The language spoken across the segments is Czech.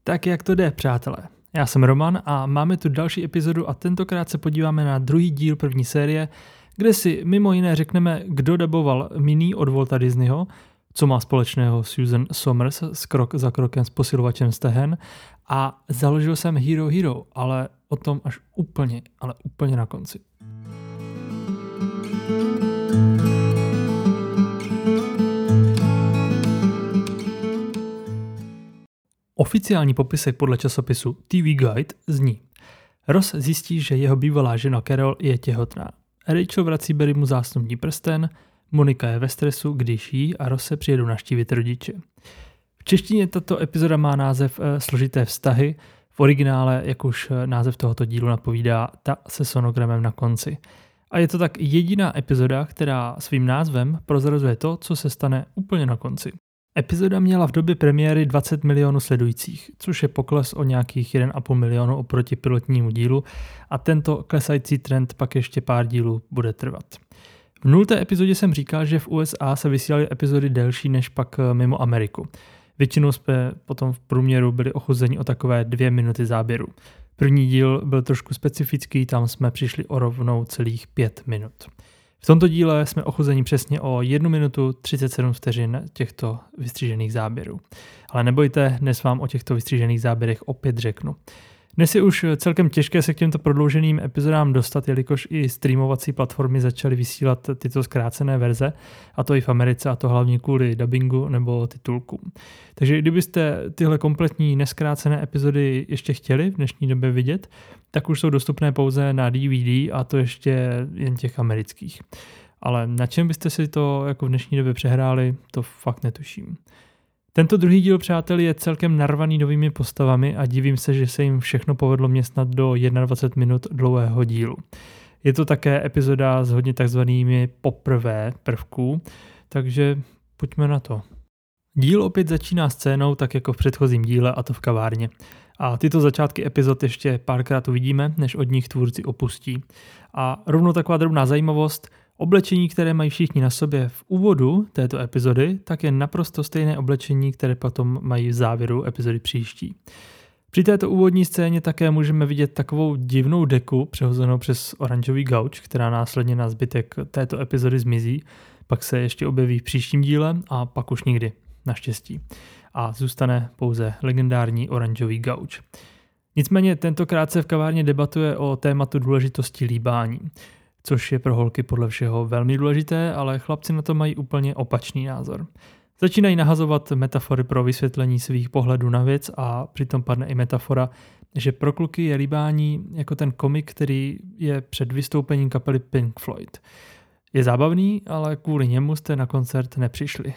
Tak jak to jde, přátelé? Já jsem Roman a máme tu další epizodu a tentokrát se podíváme na druhý díl první série, kde si mimo jiné řekneme, kdo daboval Minnie od Walta Disneyho, co má společného Susan Somers s krok za krokem s posilovačem stehen a založil jsem Hero, ale o tom až úplně na konci. Oficiální popisek podle časopisu TV Guide zní: Ross zjistí, že jeho bývalá žena Carol je těhotná. Rachel vrací Barrymu zásnubní prsten, Monika je ve stresu, když jí a Ross se přijedou navštívit rodiče. V češtině tato epizoda má název Složité vztahy, v originále, jak už název tohoto dílu napovídá, ta se sonogramem na konci. A je to tak jediná epizoda, která svým názvem prozrazuje to, co se stane úplně na konci. Epizoda měla v době premiéry 20 milionů sledujících, což je pokles o nějakých 1,5 milionu oproti pilotnímu dílu a tento klesající trend pak ještě pár dílů bude trvat. V 0. epizodě jsem říkal, že v USA se vysílaly epizody delší než pak mimo Ameriku. Většinou jsme potom v průměru byli ochuzeni o takové 2 minuty záběru. První díl byl trošku specifický, tam jsme přišli o rovnou celých 5 minut. V tomto díle jsme ochuzeni přesně o 1 minutu 37 vteřin těchto vystřížených záběrů. Ale nebojte, dnes vám o těchto vystřížených záběrech opět řeknu. Dnes je už celkem těžké se k těmto prodlouženým epizodám dostat, jelikož i streamovací platformy začaly vysílat tyto zkrácené verze, a to i v Americe, a to hlavně kvůli dubbingu nebo titulkům. Takže kdybyste tyhle kompletní neskrácené epizody ještě chtěli v dnešní době vidět, tak už jsou dostupné pouze na DVD a to ještě jen těch amerických. Ale na čem byste si to jako v dnešní době přehráli, to fakt netuším. Tento druhý díl, přátelé, je celkem narvaný novými postavami a divím se, že se jim všechno povedlo městnat do 21 minut dlouhého dílu. Je to také epizoda s hodně takzvanými poprvé prvků, takže pojďme na to. Díl opět začíná scénou tak jako v předchozím díle, a to v kavárně. A tyto začátky epizod ještě párkrát uvidíme, než od nich tvůrci opustí. A rovnou taková drobná zajímavost: oblečení, které mají všichni na sobě v úvodu této epizody, tak je naprosto stejné oblečení, které potom mají v závěru epizody příští. Při této úvodní scéně také můžeme vidět takovou divnou deku přehozenou přes oranžový gauč, která následně na zbytek této epizody zmizí, pak se ještě objeví v příštím díle a pak už nikdy, naštěstí. A zůstane pouze legendární oranžový gauč. Nicméně tentokrát se v kavárně debatuje o tématu důležitosti líbání, což je pro holky podle všeho velmi důležité, ale chlapci na to mají úplně opačný názor. Začínají nahazovat metafory pro vysvětlení svých pohledů na věc a přitom padne i metafora, že pro kluky je líbání jako ten komik, který je před vystoupením kapely Pink Floyd. Je zábavný, ale kvůli němu jste na koncert nepřišli.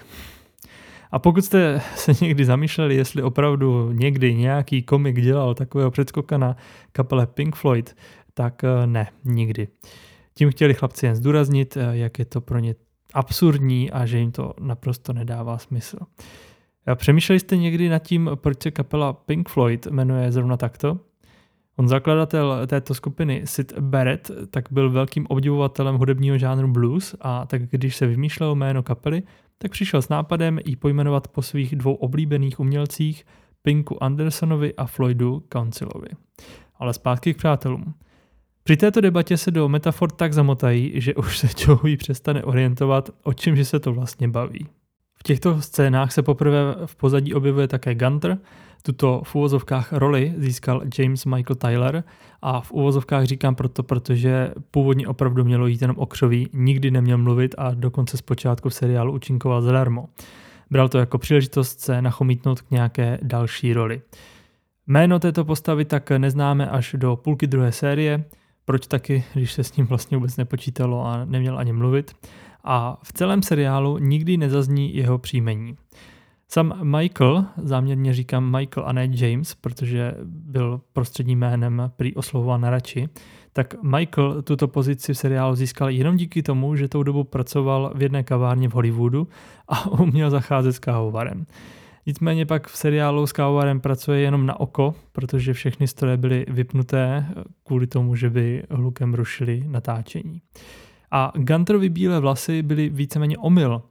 A pokud jste se někdy zamýšleli, jestli opravdu někdy nějaký komik dělal takového předskoka na kapele Pink Floyd, tak ne, nikdy. Tím chtěli chlapci jen zdůraznit, jak je to pro ně absurdní a že jim to naprosto nedává smysl. Přemýšleli jste někdy nad tím, proč se kapela Pink Floyd jmenuje zrovna takto? On zakladatel této skupiny, Syd Barrett, tak byl velkým obdivovatelem hudebního žánru blues a tak když se vymýšlel jméno kapely, tak přišel s nápadem ji pojmenovat po svých 2 oblíbených umělcích, Pinku Andersonovi a Floydu Councilovi. Ale zpátky k přátelům. Při této debatě se do metafor tak zamotají, že už se Joey přestane orientovat, o čemže se to vlastně baví. V těchto scénách se poprvé v pozadí objevuje také Gunter. Tuto v uvozovkách roli získal James Michael Tyler a v uvozovkách říkám proto, protože původně opravdu mělo jít jenom o křoví, nikdy neměl mluvit a dokonce zpočátku v seriálu účinkoval zadarmo. Bral to jako příležitost se nachomítnout k nějaké další roli. Jméno této postavy tak neznáme až do půlky druhé série. Proč taky, když se s ním vlastně vůbec nepočítalo a neměl ani mluvit. A v celém seriálu nikdy nezazní jeho příjmení. Sam Michael, záměrně říkám Michael a ne James, protože byl prostředním jménem prý oslovován radši, tak Michael tuto pozici v seriálu získal jenom díky tomu, že tou dobu pracoval v jedné kavárně v Hollywoodu a uměl zacházet s kávovarem. Nicméně pak v seriálu s kávovarem pracuje jenom na oko, protože všechny stroje byly vypnuté kvůli tomu, že by hlukem rušili natáčení. A Gunterovi bílé vlasy byly víceméně omyl.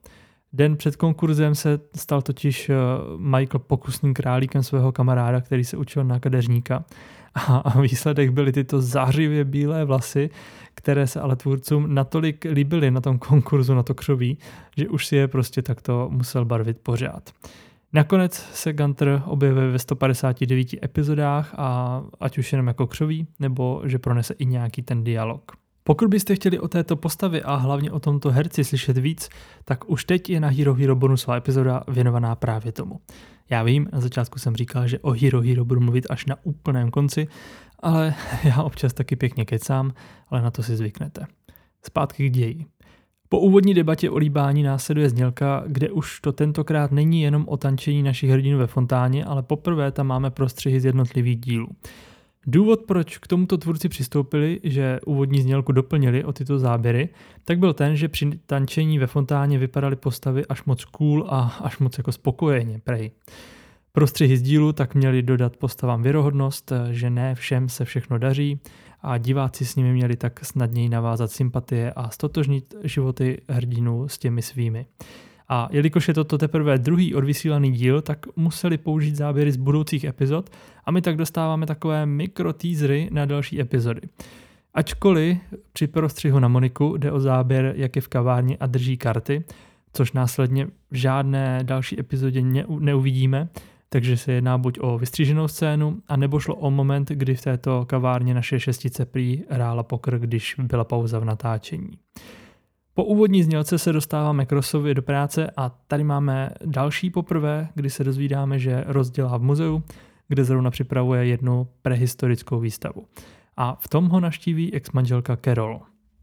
Den před konkurzem se stal totiž Michael pokusným králíkem svého kamaráda, který se učil na kadeřníka. A výsledek byly tyto zářivě bílé vlasy, které se ale tvůrcům natolik líbily na tom konkurzu na to křoví, že už si je prostě takto musel barvit pořád. Nakonec se Gunter objevuje ve 159 epizodách a ať už jenom jako křoví, nebo že pronese i nějaký ten dialog. Pokud byste chtěli o této postavě a hlavně o tomto herci slyšet víc, tak už teď je na Hero Hero bonusová epizoda věnovaná právě tomu. Já vím, na začátku jsem říkal, že o Hero Hero budu mluvit až na úplném konci, ale já občas taky pěkně kecám, ale na to si zvyknete. Zpátky k ději. Po úvodní debatě o líbání následuje znělka, kde už to tentokrát není jenom o tančení našich hrdinů ve fontáně, ale poprvé tam máme prostřihy z jednotlivých dílů. Důvod, proč k tomuto tvůrci přistoupili, že úvodní znělku doplnili o tyto záběry, tak byl ten, že při tančení ve fontáně vypadaly postavy až moc cool a až moc jako spokojeně, prej. Prostřihy z dílu tak měli dodat postavám věrohodnost, že ne všem se všechno daří a diváci s nimi měli tak snadněji navázat sympatie a stotožnit životy hrdinů s těmi svými. A jelikož je toto teprve druhý odvysílaný díl, tak museli použít záběry z budoucích epizod a my tak dostáváme takové mikroteasery na další epizody. Ačkoliv při prostřihu na Moniku jde o záběr, jak je v kavárně a drží karty, což následně v žádné další epizodě neuvidíme, takže se jedná buď o vystříženou scénu, anebo šlo o moment, kdy v této kavárně naše šestice prý hrála poker, když byla pauza v natáčení. Po úvodní znělce se dostáváme k Rossovi do práce a tady máme další poprvé, kdy se dozvídáme, že Ross dělá v muzeu, kde zrovna připravuje jednu prehistorickou výstavu. A v tom ho navštíví ex-manželka Carol.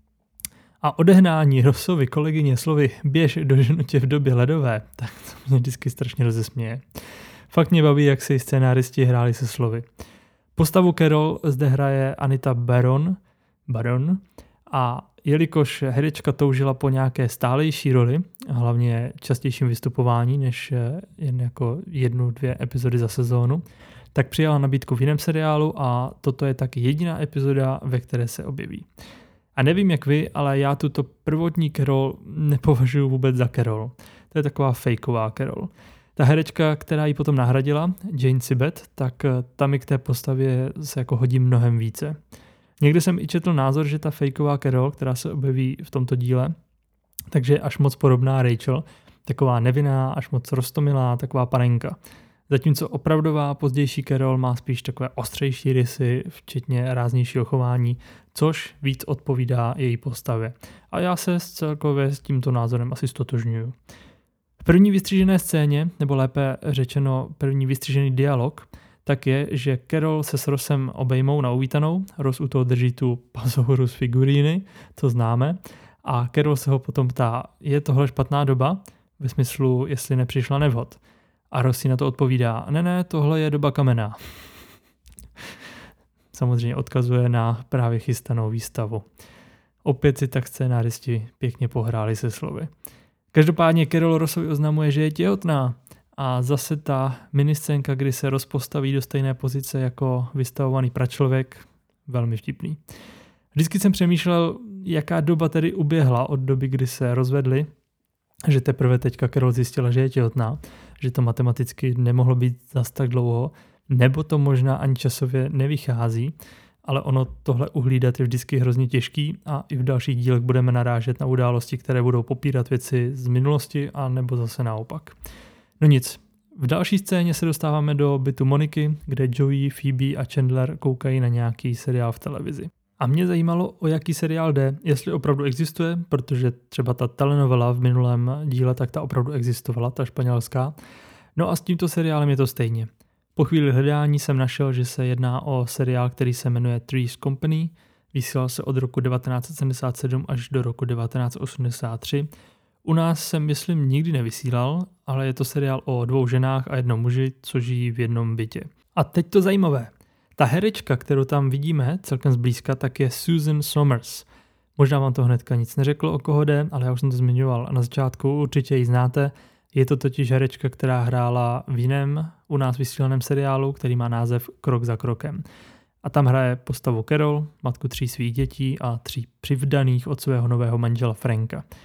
A odehnání Rossovi kolegyně slovy běž do ženotě v době ledové, tak to mě vždycky strašně rozesměje. Fakt mě baví, jak si scénáristi hráli se slovy. Postavu Carol zde hraje Anita Baron a jelikož herečka toužila po nějaké stálejší roli, hlavně častějším vystupování než jen jako 1-2 epizody za sezónu, tak přijala nabídku v jiném seriálu a toto je taky jediná epizoda, ve které se objeví. A nevím jak vy, ale já tuto prvotní Carol nepovažuji vůbec za Carol. To je taková fejková Carol. Ta herečka, která ji potom nahradila, Jane Sibet, tak tam mi k té postavě se jako hodí mnohem více. Někde jsem i četl názor, že ta fejková Carol, která se objeví v tomto díle, takže je až moc podobná Rachel, taková nevinná, až moc roztomilá, taková panenka. Zatímco opravdová pozdější Carol má spíš takové ostřejší rysy, včetně ráznějšího chování, což víc odpovídá její postavě. A já se celkově s tímto názorem asi stotožňuju. V první vystřížené scéně, nebo lépe řečeno první vystřížený dialog, tak je, že Carol se s Rossem obejmou na uvítanou, Ross u toho drží tu pazouru z figuríny, to známe, a Carol se ho potom ptá, je tohle špatná doba? Ve smyslu, jestli nepřišla nevhod. A Ross si na to odpovídá, ne, tohle je doba kamenná. Samozřejmě odkazuje na právě chystanou výstavu. Opět si tak scénáristi pěkně pohráli se slovy. Každopádně Carol Rossovi oznamuje, že je těhotná a zase ta miniscénka, kdy se Ross postaví do stejné pozice jako vystavovaný pračlověk, velmi vtipný. Vždycky jsem přemýšlel, jaká doba tedy uběhla od doby, kdy se rozvedli, že teprve teďka Carol zjistila, že je těhotná, že to matematicky nemohlo být zas tak dlouho, nebo to možná ani časově nevychází, ale ono tohle uhlídat je vždycky hrozně těžký a i v dalších dílech budeme narážet na události, které budou popírat věci z minulosti a nebo zase naopak. No nic, v další scéně se dostáváme do bytu Moniky, kde Joey, Phoebe a Chandler koukají na nějaký seriál v televizi. A mě zajímalo, o jaký seriál jde, jestli opravdu existuje, protože třeba ta telenovela v minulém díle, tak ta opravdu existovala, ta španělská. No a s tímto seriálem je to stejně. Po chvíli hledání jsem našel, že se jedná o seriál, který se jmenuje Three's Company, vysílal se od roku 1977 až do roku 1983. U nás jsem, myslím, nikdy nevysílal, ale je to seriál o 2 ženách a 1 muži, co žijí v jednom bytě. A teď to zajímavé. Ta herečka, kterou tam vidíme celkem zblízka, tak je Susan Somers. Možná vám to hnedka nic neřeklo, o koho jde, ale já už jsem to zmiňoval na začátku, určitě ji znáte. Je to totiž herečka, která hrála v jiném u nás vysílaném seriálu, který má název Krok za krokem. A tam hraje postavu Carol, matku 3 svých dětí a 3 přivdaných od svého nového manžela Franka.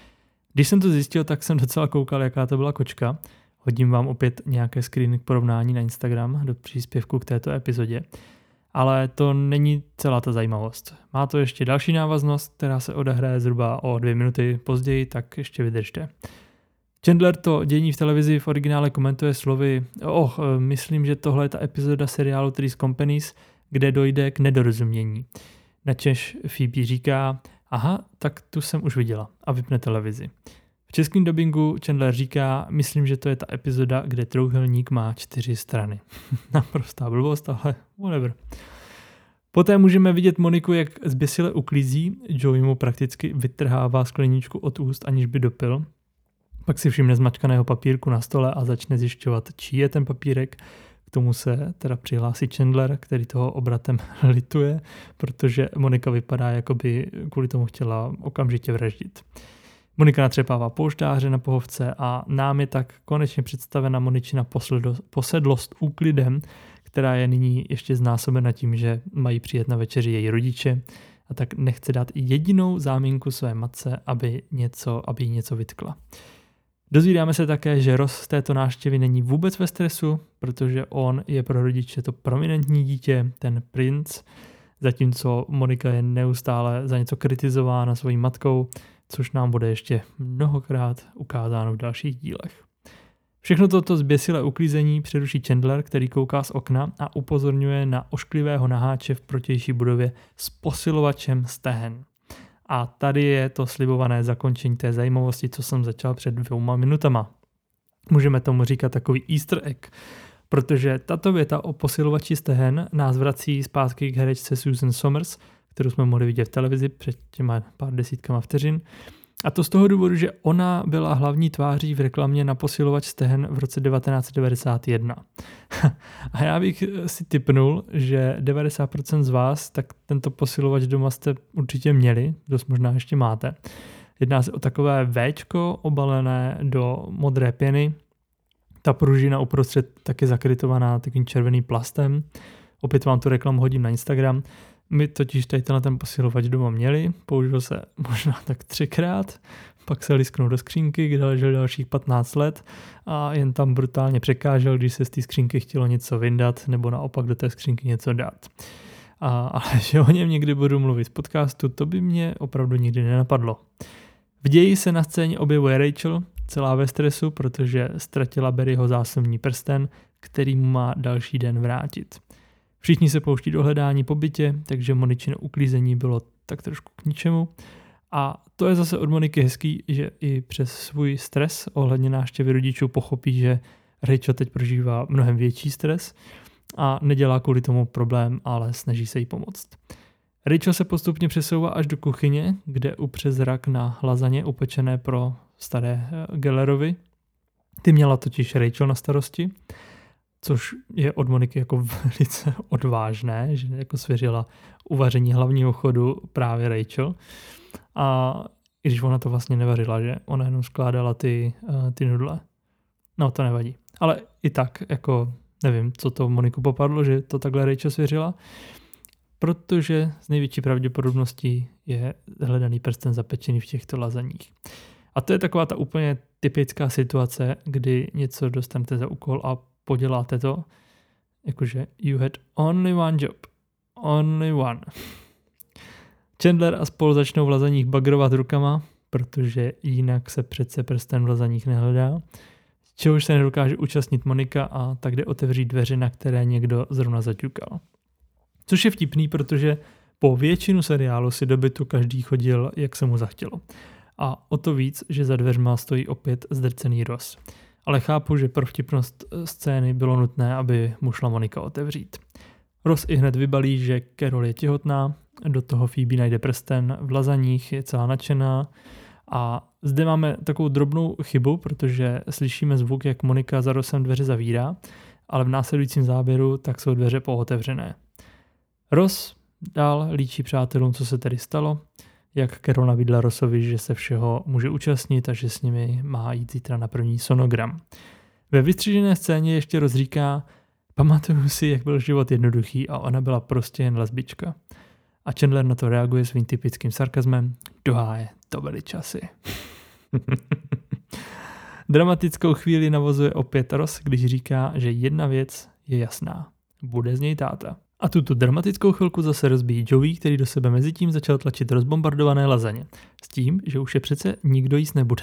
Když jsem to zjistil, tak jsem docela koukal, jaká to byla kočka. Hodím vám opět nějaké screeny k porovnání na Instagram do příspěvku k této epizodě. Ale to není celá ta zajímavost. Má to ještě další návaznost, která se odehraje zhruba o 2 minuty později, tak ještě vydržte. Chandler to dění v televizi v originále komentuje slovy myslím, že tohle je ta epizoda seriálu Three's Companies, kde dojde k nedorozumění. Načež Phoebe říká, aha, tak tu jsem už viděla a vypne televizi. V českém dabingu Chandler říká, myslím, že to je ta epizoda, kde trojúhelník má 4 strany. Naprostá blbost, ale whatever. Poté můžeme vidět Moniku, jak zběsile uklízí, Joey mu prakticky vytrhává skleničku od úst, aniž by dopil. Pak si všimne zmačkaného papírku na stole a začne zjišťovat, čí je ten papírek. K tomu se teda přihlásí Chandler, který toho obratem lituje, protože Monika vypadá, jako by kvůli tomu chtěla okamžitě vraždit. Monika natřepává polštáře na pohovce a nám je tak konečně představena Moničina posedlost úklidem, která je nyní ještě znásobena tím, že mají přijet na večeři její rodiče a tak nechce dát i jedinou záminku své matce, aby jí něco vytkla. Dozvídáme se také, že Ross z této návštěvy není vůbec ve stresu, protože on je pro rodiče to prominentní dítě, ten princ, zatímco Monika je neustále za něco kritizována svojí matkou, což nám bude ještě mnohokrát ukázáno v dalších dílech. Všechno toto zběsilé uklízení přeruší Chandler, který kouká z okna a upozorňuje na ošklivého naháče v protější budově s posilovačem stehen. A tady je to slibované zakončení té zajímavosti, co jsem začal před 2 minutama. Můžeme tomu říkat takový easter egg, protože tato věta o posilovači stehen nás vrací zpátky k herečce Susan Somers, kterou jsme mohli vidět v televizi před těma pár desítkama vteřin. A to z toho důvodu, že ona byla hlavní tváří v reklamě na posilovač stehen v roce 1991. A já bych si tipnul, že 90% z vás tak tento posilovač doma jste určitě měli, dost možná ještě máte. Jedná se o takové véčko obalené do modré pěny. Ta pružina uprostřed taky zakrytovaná takovým červeným plastem. Opět vám tu reklamu hodím na Instagram. My totiž tady ten posilovač doma měli, použil se možná tak 3krát, pak se lisknul do skřínky, kde ležel dalších 15 let a jen tam brutálně překážel, když se z té skřínky chtělo něco vyndat nebo naopak do té skřínky něco dát. Ale že o něm někdy budu mluvit v podcastu, to by mě opravdu nikdy nenapadlo. V ději se na scéně objevuje Rachel, celá ve stresu, protože ztratila Barryho zásobní prsten, který mu má další den vrátit. Všichni se pouští do hledání po bytě, takže Moničino uklízení bylo tak trošku k ničemu. A to je zase od Moniky hezký, že i přes svůj stres ohledně návštěvy rodičů pochopí, že Rachel teď prožívá mnohem větší stres a nedělá kvůli tomu problém, ale snaží se jí pomoct. Rachel se postupně přesouvá až do kuchyně, kde upře zrak na lazaně upečené pro staré Gellerovi. Ty měla totiž Rachel na starosti, což je od Moniky jako velice odvážné, že jako svěřila uvaření hlavního chodu právě Rachel. A i když ona to vlastně nevařila, že ona jenom skládala ty nudle. No to nevadí. Ale i tak, jako nevím, co to Moniku popadlo, že to takhle Rachel svěřila, protože z největší pravděpodobností je hledaný prsten zapečený v těchto lazaních. A to je taková ta úplně typická situace, kdy něco dostanete za úkol a poděláte to, jakože you had only one job. Only one. Chandler a spol začnou v lazaních bagrovat rukama, protože jinak se přece prsten v lazaních nehledá, čehož se nedokáže účastnit Monika a tak jde otevřít dveře, na které někdo zrovna zaťukal. Což je vtipný, protože po většinu seriálu si do bytu každý chodil, jak se mu zachtělo. A o to víc, že za dveřma stojí opět zdrcený Ross. Ale chápu, že pro vtipnost scény bylo nutné, aby mu šla Monika otevřít. Ross i hned vybalí, že Carol je těhotná, do toho Phoebe najde prsten v lazaních, je celá nadšená a zde máme takovou drobnou chybu, protože slyšíme zvuk, jak Monika za Rossem dveře zavírá, ale v následujícím záběru tak jsou dveře pootevřené. Ross dál líčí přátelům, co se tedy stalo, jak Carol nabídla Rossovi, že se všeho může účastnit a že s nimi má jít zítra na první sonogram. Ve vystřížené scéně ještě Ross říká, pamatuju si, jak byl život jednoduchý a ona byla prostě jen lesbička. A Chandler na to reaguje svým typickým sarkazmem, do háje, to byly časy. Dramatickou chvíli navozuje opět Ross, když říká, že jedna věc je jasná. Bude z něj táta. A tuto dramatickou chvilku zase rozbíjí Joey, který do sebe mezitím začal tlačit rozbombardované lazaně. S tím, že už je přece nikdo jíst nebude.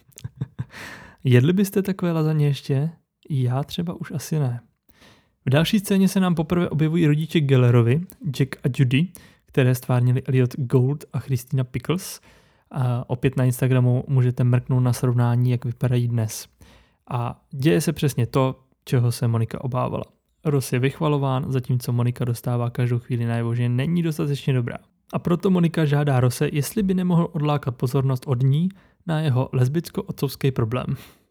Jedli byste takové lazaně ještě? Já třeba už asi ne. V další scéně se nám poprvé objevují rodiče Gellerovi, Jack a Judy, které stvárnili Elliot Gould a Christina Pickles. A opět na Instagramu můžete mrknout na srovnání, jak vypadají dnes. A děje se přesně to, čeho se Monika obávala. Ross je vychvalován, zatímco Monika dostává každou chvíli najevo, že není dostatečně dobrá. A proto Monika žádá Rosse, jestli by nemohl odlákat pozornost od ní na jeho lesbicko-otcovský problém.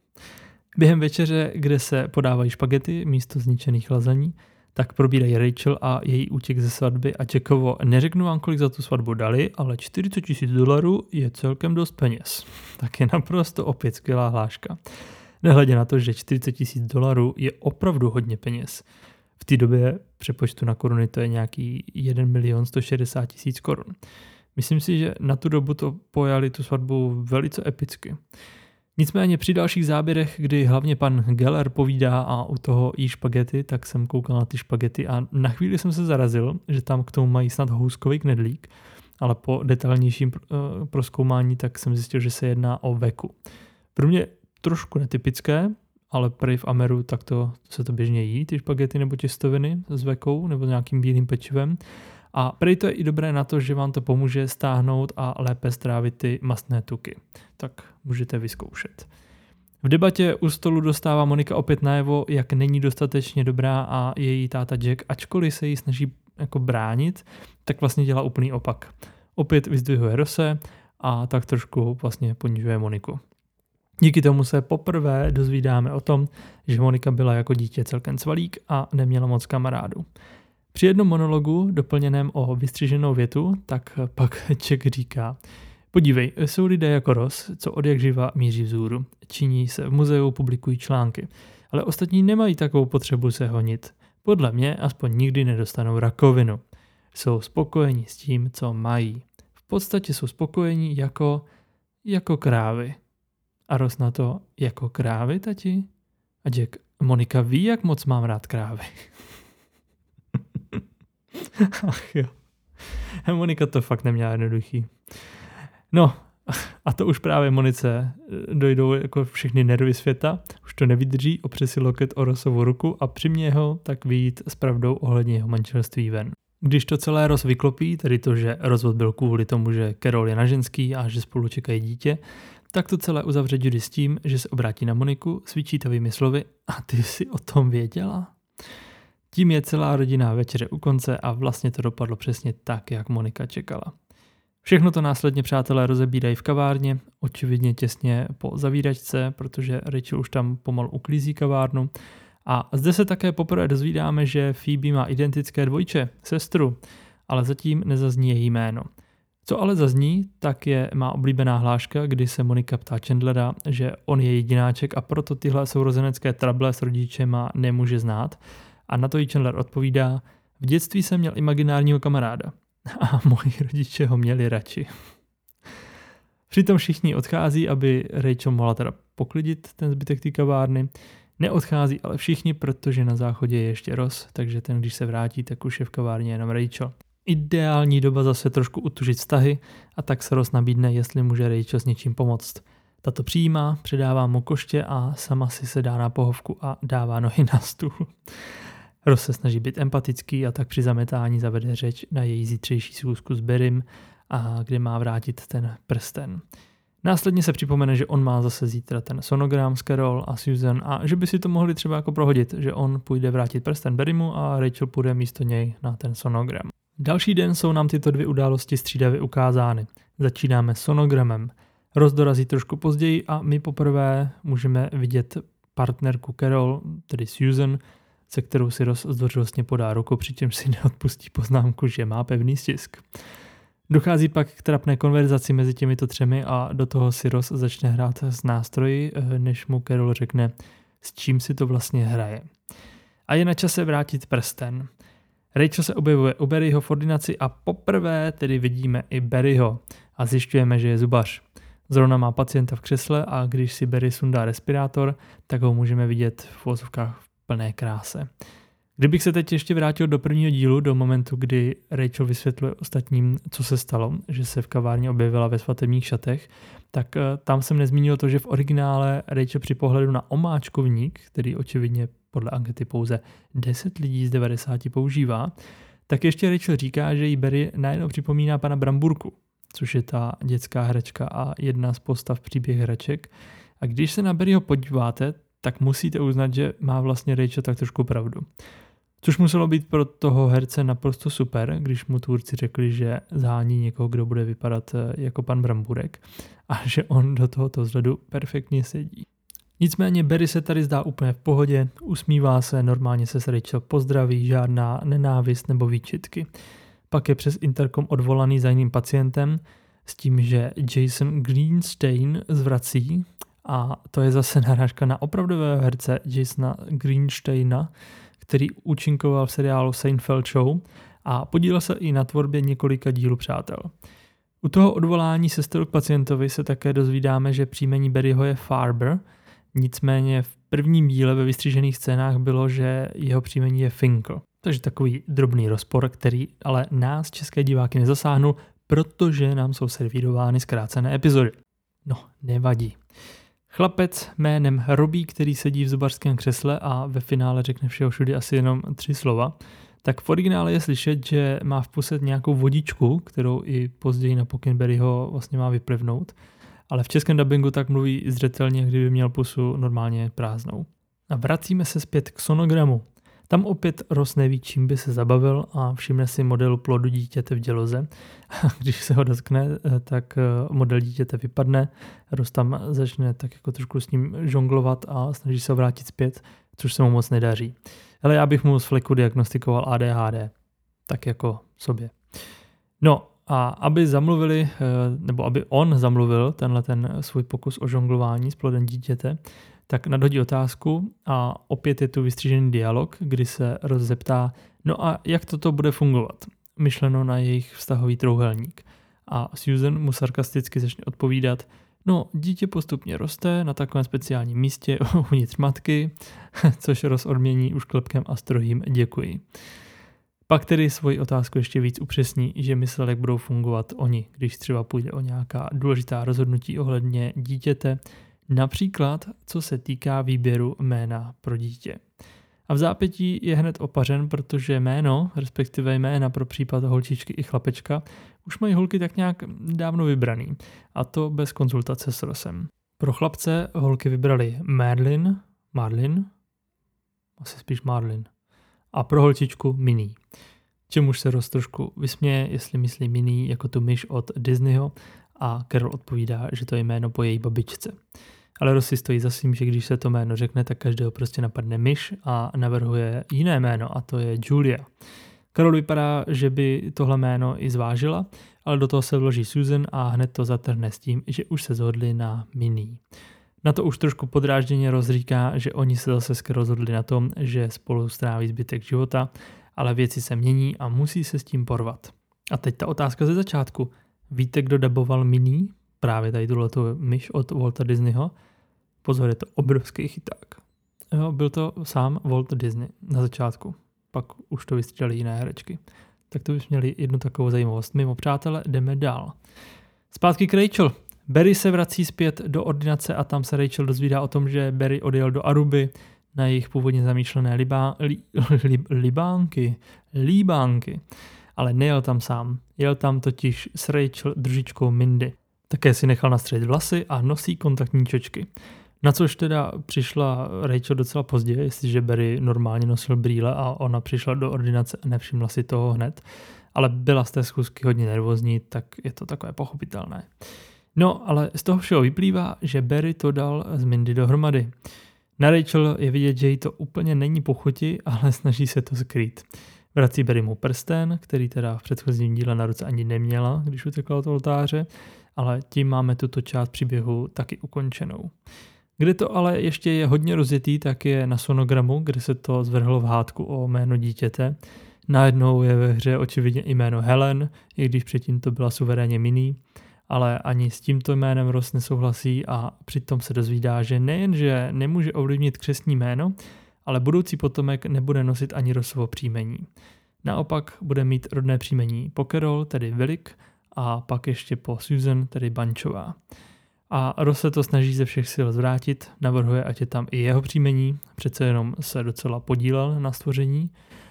Během večeře, kde se podávají špagety místo zničených lazaní, tak probírají Rachel a její útěk ze svatby a Jackovo, neřeknu vám, kolik za tu svatbu dali, ale $40,000 je celkem dost peněz. Tak je naprosto opět skvělá hláška. Nehledě na to, že $40,000 je opravdu hodně peněz. V té době přepočtu na koruny to je nějaký 1 160 000 korun. Myslím si, že na tu dobu to pojali tu svatbu velice epicky. Nicméně při dalších záběrech, kdy hlavně pan Geller povídá a u toho jí špagety, tak jsem koukal na ty špagety a na chvíli jsem se zarazil, že tam k tomu mají snad houskový knedlík, ale po detailnějším prozkoumání tak jsem zjistil, že se jedná o veku. Pro mě trošku netypické, ale prý v Ameru tak se to běžně jí, ty špagety nebo těstoviny s vekou nebo s nějakým bílým pečivem. A prý to je i dobré na to, že vám to pomůže stáhnout a lépe strávit ty mastné tuky. Tak můžete vyzkoušet. V debatě u stolu dostává Monika opět najevo, jak není dostatečně dobrá a její táta Jack, ačkoliv se jí snaží jako bránit, tak vlastně dělá úplný opak. Opět vyzdvihuje Rosse a tak trošku vlastně ponižuje Moniku. Díky tomu se poprvé dozvídáme o tom, že Monika byla jako dítě celkem cvalík a neměla moc kamarádů. Při jednom monologu, doplněném o vystřiženou větu, tak pak Jack říká: podívej, jsou lidé jako Ross, co odjakživa míří vzhůru. Činí se v muzeu, publikují články. Ale ostatní nemají takovou potřebu se honit. Podle mě aspoň nikdy nedostanou rakovinu. Jsou spokojení s tím, co mají. V podstatě jsou spokojení jako krávy. A Ross na to: jako krávy, tati? A Jack: Monika ví, jak moc mám rád krávy. Ach jo. Monika to fakt neměla jednoduchý. No, a to už právě Monice dojdou jako všechny nervy světa, už to nevydrží, opře si loket o Rossovu ruku a přiměje ho tak vyjít s pravdou ohledně jeho manželství ven. Když to celé Ross vyklopí, tedy to, že rozvod byl kvůli tomu, že Carol je na ženský a že spolu čekají dítě, tak to celé uzavře Judy s tím, že se obrátí na Moniku s vyčítavými slovy: a ty jsi o tom věděla? Tím je celá rodinná večeře u konce a vlastně to dopadlo přesně tak, jak Monika čekala. Všechno to následně přátelé rozebírají v kavárně, očividně těsně po zavíračce, protože Rachel už tam pomalu uklízí kavárnu. A zde se také poprvé dozvídáme, že Phoebe má identické dvojče, sestru, ale zatím nezazní její jméno. Co ale zazní, tak je má oblíbená hláška, kdy se Monika ptá Chandlera, že on je jedináček a proto tyhle sourozenecké trable s rodičema nemůže znát. A na to jí Chandler odpovídá: v dětství jsem měl imaginárního kamaráda a moji rodiče ho měli radši. Přitom všichni odchází, aby Rachel mohla teda poklidit ten zbytek té kavárny. Neodchází ale všichni, protože na záchodě je ještě Ross, takže ten, když se vrátí, tak už je v kavárně jenom Rachel. Ideální doba zase trošku utužit vztahy a tak se Ross nabídne, jestli může Rachel s něčím pomoct. Tato přijímá, předává mu koště a sama si sedá na pohovku a dává nohy na stůl. Ross se snaží být empatický a tak při zametání zavede řeč na její zítřejší schůzku s Barrym, a kde má vrátit ten prsten. Následně se připomene, že on má zase zítra ten sonogram s Carol a Susan a že by si to mohli třeba jako prohodit, že on půjde vrátit prsten Barrymu a Rachel půjde místo něj na ten sonogram. Další den jsou nám tyto dvě události střídavě ukázány. Začínáme sonogramem. Ross dorazí trošku později a my poprvé můžeme vidět partnerku Carol, tedy Susan, se kterou si Ross zdvořilostně podá ruku, přičemž si neodpustí poznámku, že má pevný stisk. Dochází pak k trapné konverzaci mezi těmito třemi a do toho si Ross začne hrát s nástroji, než mu Carol řekne, s čím si to vlastně hraje. A je na čase vrátit prsten. Rachel se objevuje u Barryho v ordinaci a poprvé tedy vidíme i Barryho a zjišťujeme, že je zubař. Zrovna má pacienta v křesle a když si Barry sundá respirátor, tak ho můžeme vidět v vozovkách v plné kráse. Kdybych se teď ještě vrátil do prvního dílu, do momentu, kdy Rachel vysvětluje ostatním, co se stalo, že se v kavárně objevila ve svatebních šatech, tak tam jsem nezmínil to, že v originále Rachel při pohledu na omáčkovník, který očividně podle ankety pouze 10 lidí z 90 používá, tak ještě Rachel říká, že jí Barry najednou připomíná pana Bramburku, což je ta dětská hračka a jedna z postav příběh hraček. A když se na Barryho podíváte, tak musíte uznat, že má vlastně Rachel tak trošku pravdu. Což muselo být pro toho herce naprosto super, když mu tvůrci řekli, že zahání někoho, kdo bude vypadat jako pan Bramburek a že on do tohoto vzhledu perfektně sedí. Nicméně Barry se tady zdá úplně v pohodě, usmívá se, normálně se s Rachel pozdraví, žádná nenávist nebo výčitky. Pak je přes interkom odvolaný za jiným pacientem s tím, že Jason Greenstein zvrací, a to je zase narážka na opravdového herce Jasona Greensteina, který účinkoval v seriálu Seinfeld Show a podílel se i na tvorbě několika dílů Přátel. U toho odvolání sestry k pacientovi se také dozvídáme, že příjmení Barryho je Farber, nicméně v prvním díle ve vystřížených scénách bylo, že jeho příjmení je Finkel. Takže takový drobný rozpor, který ale nás, české diváky, nezasáhnul, protože nám jsou servírovány zkrácené epizody. No, nevadí. Chlapec jménem Robbie, který sedí v zubařském křesle a ve finále řekne všeho všudy asi jenom 3 slova, tak v originále je slyšet, že má v puse nějakou vodičku, kterou i později na pokyn Barryho vlastně má vyplivnout, ale v českém dabingu tak mluví zřetelně, kdyby měl pusu normálně prázdnou. A vracíme se zpět k sonogramu. Tam opět Ross neví, čím by se zabavil a všimne si modelu plodu dítěte v děloze. Když se ho dotkne, tak model dítěte vypadne. Ross tam začne tak jako trošku s ním žonglovat a snaží se ho vrátit zpět, což se mu moc nedaří. Ale já bych mu z fleku diagnostikoval ADHD. Tak jako sobě. No a aby zamluvili, nebo aby on zamluvil tenhle ten svůj pokus o žonglování s plodem dítěte, tak nadhodí otázku a opět je tu vystřížený dialog, kdy se Ross zeptá, no a jak toto bude fungovat? Myšleno na jejich vztahový trouhelník. A Susan mu sarkasticky začne odpovídat, no dítě postupně roste na takovém speciálním místě uvnitř matky, což Ross odmění už klepkem a strohým děkuji. Pak tedy svoji otázku ještě víc upřesní, že myslel, jak budou fungovat oni, když třeba půjde o nějaká důležitá rozhodnutí ohledně dítěte, například co se týká výběru jména pro dítě. A v zápětí je hned opařen, protože jméno, respektive jména pro případ holčičky i chlapečka, už mají holky tak nějak dávno vybraný, a to bez konzultace s Rossem. Pro chlapce holky vybrali Marlin, asi spíš Marlin, a pro holčičku Minnie. Čemuž se Ross trošku vysměje, jestli myslí Minnie jako tu myš od Disneyho, a Carol odpovídá, že to je jméno po její babičce. Ale Ross si stojí za svým, že když se to jméno řekne, tak každého prostě napadne myš a navrhuje jiné jméno, a to je Julia. Carol vypadá, že by tohle jméno i zvážila, ale do toho se vloží Susan a hned to zatrhne s tím, že už se shodli na Minnie. Na to už trošku podrážděně Ross říká, že oni se zase rozhodli na tom, že spolu stráví zbytek života, ale věci se mění a musí se s tím porvat. A teď ta otázka ze začátku. Víte, kdo daboval Minnie? Právě tady tuhletu myš od Walta Disneyho. Pozor, je to obrovský chyták. Jo, byl to sám Walt Disney na začátku. Pak už to vystřídali jiné herečky. Tak to bychom měli jednu takovou zajímavost. Mimo přátelé, jdeme dál. Zpátky k Rachel. Barry se vrací zpět do ordinace a tam se Rachel dozvídá o tom, že Barry odjel do Aruby na jejich původně zamýšlené líbánky. Ale nejel tam sám. Jel tam totiž s Rachel družičkou Mindy. Také si nechal nastřelit vlasy a nosí kontaktní čočky. Na což teda přišla Rachel docela pozdě, jestliže Barry normálně nosil brýle a ona přišla do ordinace a nevšimla si toho hned. Ale byla z té schůzky hodně nervózní, tak je to takové pochopitelné. No, ale z toho všeho vyplývá, že Barry to dal z Mindy dohromady. Na Rachel je vidět, že jí to úplně není po chuti, ale snaží se to skrýt. Vrací Barry mu prsten, který teda v předchozím díle na ruce ani neměla, když utekla od oltáře, ale tím máme tuto část příběhu taky ukončenou. Kde to ale ještě je hodně rozjetý, tak je na sonogramu, kde se to zvrhlo v hádku o jméno dítěte. Najednou je ve hře očividně i jméno Helen, i když předtím to byla suverénně Minnie. ale ani s tímto jménem Ross nesouhlasí a přitom se dozvídá, že nejenže nemůže ovlivnit křestní jméno, ale budoucí potomek nebude nosit ani Rossovo příjmení. Naopak bude mít rodné příjmení po Carol, tedy Willick, a pak ještě po Susan, tedy Bunchová. A Ross se to snaží ze všech sil zvrátit, navrhuje, ať je tam i jeho příjmení, přece jenom se docela podílel na stvoření,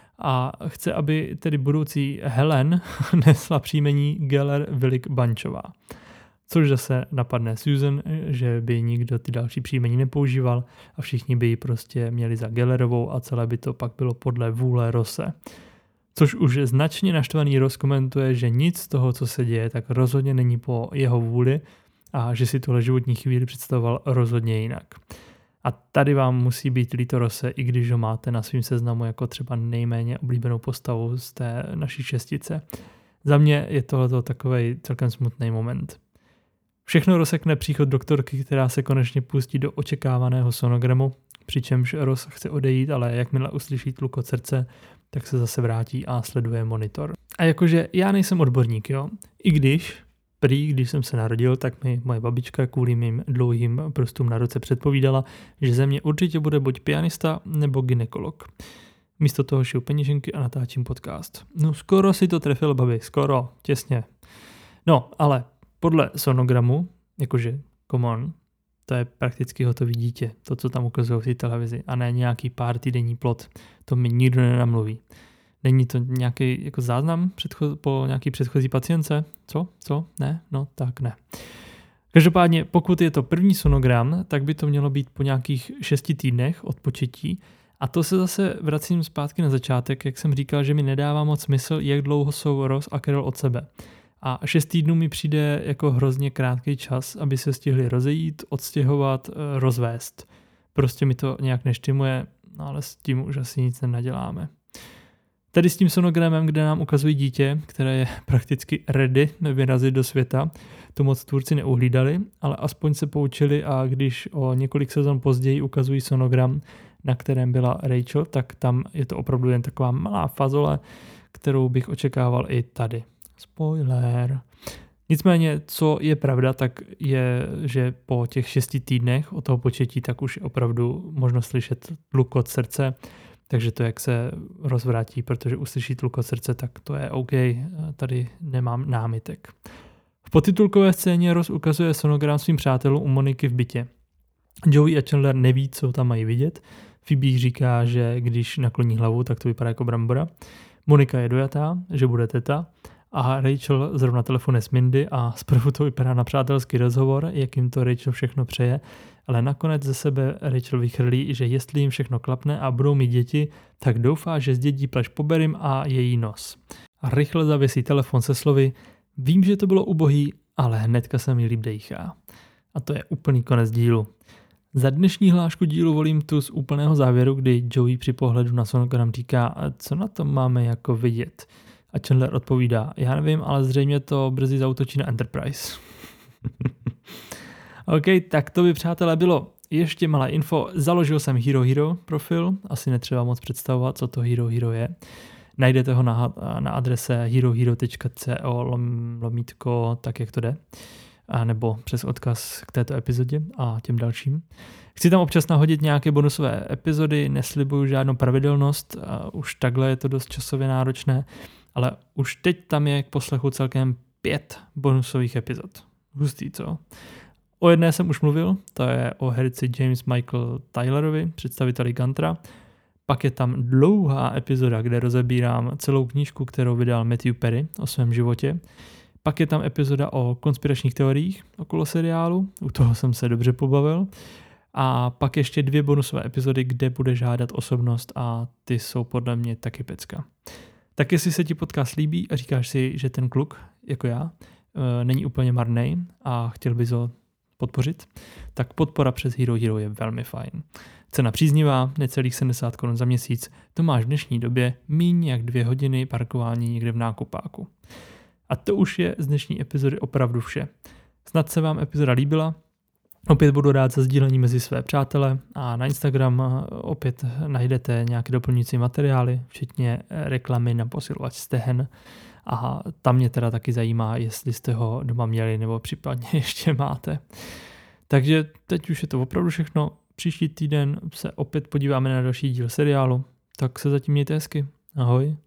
a chce, aby tedy budoucí Helen nesla příjmení Geller Willick Bunchová. Což zase napadne Susan, že by nikdo ty další příjmení nepoužíval a všichni by ji prostě měli za Gellerovou a celé by to pak bylo podle vůle Rosse. Což už značně naštvaný Ross komentuje, že nic z toho, co se děje, tak rozhodně není po jeho vůli a že si tohle životní chvíli představoval rozhodně jinak. A tady vám musí být líto Rosse, i když ho máte na svým seznamu jako třeba nejméně oblíbenou postavu z té naší šestice. Za mě je tohleto takovej celkem smutný moment. Všechno rozsekne příchod doktorky, která se konečně pustí do očekávaného sonogramu, přičemž Ross chce odejít, ale jakmile uslyší tlukot srdce, tak se zase vrátí a sleduje monitor. A jakože já nejsem odborník, jo, i když jsem se narodil, tak mi moje babička kvůli mým dlouhým prstům na ruce předpovídala, že ze mě určitě bude buď pianista nebo gynekolog. Místo toho šiju peněženky a natáčím podcast. No skoro si to trefil, babi, skoro, těsně. No, ale podle sonogramu, jakože, come on, to je prakticky hotový dítě, to, co tam ukazují v té televizi, a ne nějaký pár týdenní plot. To mi nikdo nenamluví. Není to nějaký jako záznam po nějaký předchozí pacientce? Co? Ne? No tak ne. Každopádně, pokud je to první sonogram, tak by to mělo být po nějakých 6 týdnech od početí. A to se zase vracím zpátky na začátek, jak jsem říkal, že mi nedává moc smysl, jak dlouho jsou Ross a Carol od sebe. A 6 týdnů mi přijde jako hrozně krátký čas, aby se stihli rozejít, odstěhovat, rozvést. Prostě mi to nějak neštimuje, ale s tím už asi nic nenaděláme. Tady s tím sonogramem, kde nám ukazují dítě, které je prakticky ready vyrazit do světa, to moc tvůrci neuhlídali, ale aspoň se poučili, a když o několik sezon později ukazují sonogram, na kterém byla Rachel, tak tam je to opravdu jen taková malá fazole, kterou bych očekával i tady. Spoiler. Nicméně, co je pravda, tak je, že po těch 6 týdnech od toho početí tak už je opravdu možno slyšet tlukot srdce, takže to, jak se rozvrátí, protože uslyší tlukot srdce, tak to je OK, tady nemám námitek. V podtitulkové scéně Ross ukazuje sonogram svým přátelům u Moniky v bytě. Joey a Chandler neví, co tam mají vidět. Phoebe říká, že když nakloní hlavu, tak to vypadá jako brambora. Monika je dojatá, že bude teta, a Rachel zrovna telefonuje s Mindy a zprvu to vypadá na přátelský rozhovor, jak jim to Rachel všechno přeje, ale nakonec ze sebe Rachel vychrlí, že jestli jim všechno klapne a budou mít děti, tak doufá, že zdědí pleš po Berim a její nos. A rychle zavěsí telefon se slovy: vím, že to bylo ubohý, ale hnedka se mi líp dejchá. A to je úplný konec dílu. Za dnešní hlášku dílu volím tu z úplného závěru, kdy Joey při pohledu na sonogram říká, co na tom máme jako vidět. A Chandler odpovídá, já nevím, ale zřejmě to brzy zaútočí na Enterprise. OK, tak to by, přátelé, bylo. Ještě malé info, založil jsem Hero Hero profil, asi netřeba moc představovat, co to Hero Hero je. Najdete ho na adrese herohero.co tak jak to jde, a nebo přes odkaz k této epizodě a těm dalším. Chci tam občas nahodit nějaké bonusové epizody, neslibuju žádnou pravidelnost, už takhle je to dost časově náročné, ale už teď tam je k poslechu celkem 5 bonusových epizod. Hustý, co? O jedné jsem už mluvil, to je o herci James Michael Tylerovi, představiteli Gantra. Pak je tam dlouhá epizoda, kde rozebírám celou knížku, kterou vydal Matthew Perry o svém životě. Pak je tam epizoda o konspiračních teoriích okolo seriálu, u toho jsem se dobře pobavil. A pak ještě 2 bonusové epizody, kde bude žádat osobnost, a ty jsou podle mě taky pecka. Tak jestli se ti podcast líbí a říkáš si, že ten kluk, jako já, není úplně marnej a chtěl bys ho podpořit, tak podpora přes Hero Hero je velmi fajn. Cena příznivá, necelých 70 Kč za měsíc, to máš v dnešní době míň jak 2 hodiny parkování někde v nákupáku. A to už je z dnešní epizody opravdu vše. Snad se vám epizoda líbila. Opět budu rád za sdílení mezi své přátele a na Instagram opět najdete nějaké doplňující materiály, včetně reklamy na posilovač stehen. A tam mě teda taky zajímá, jestli jste ho doma měli nebo případně ještě máte. Takže teď už je to opravdu všechno. Příští týden se opět podíváme na další díl seriálu. Tak se zatím mějte hezky. Ahoj.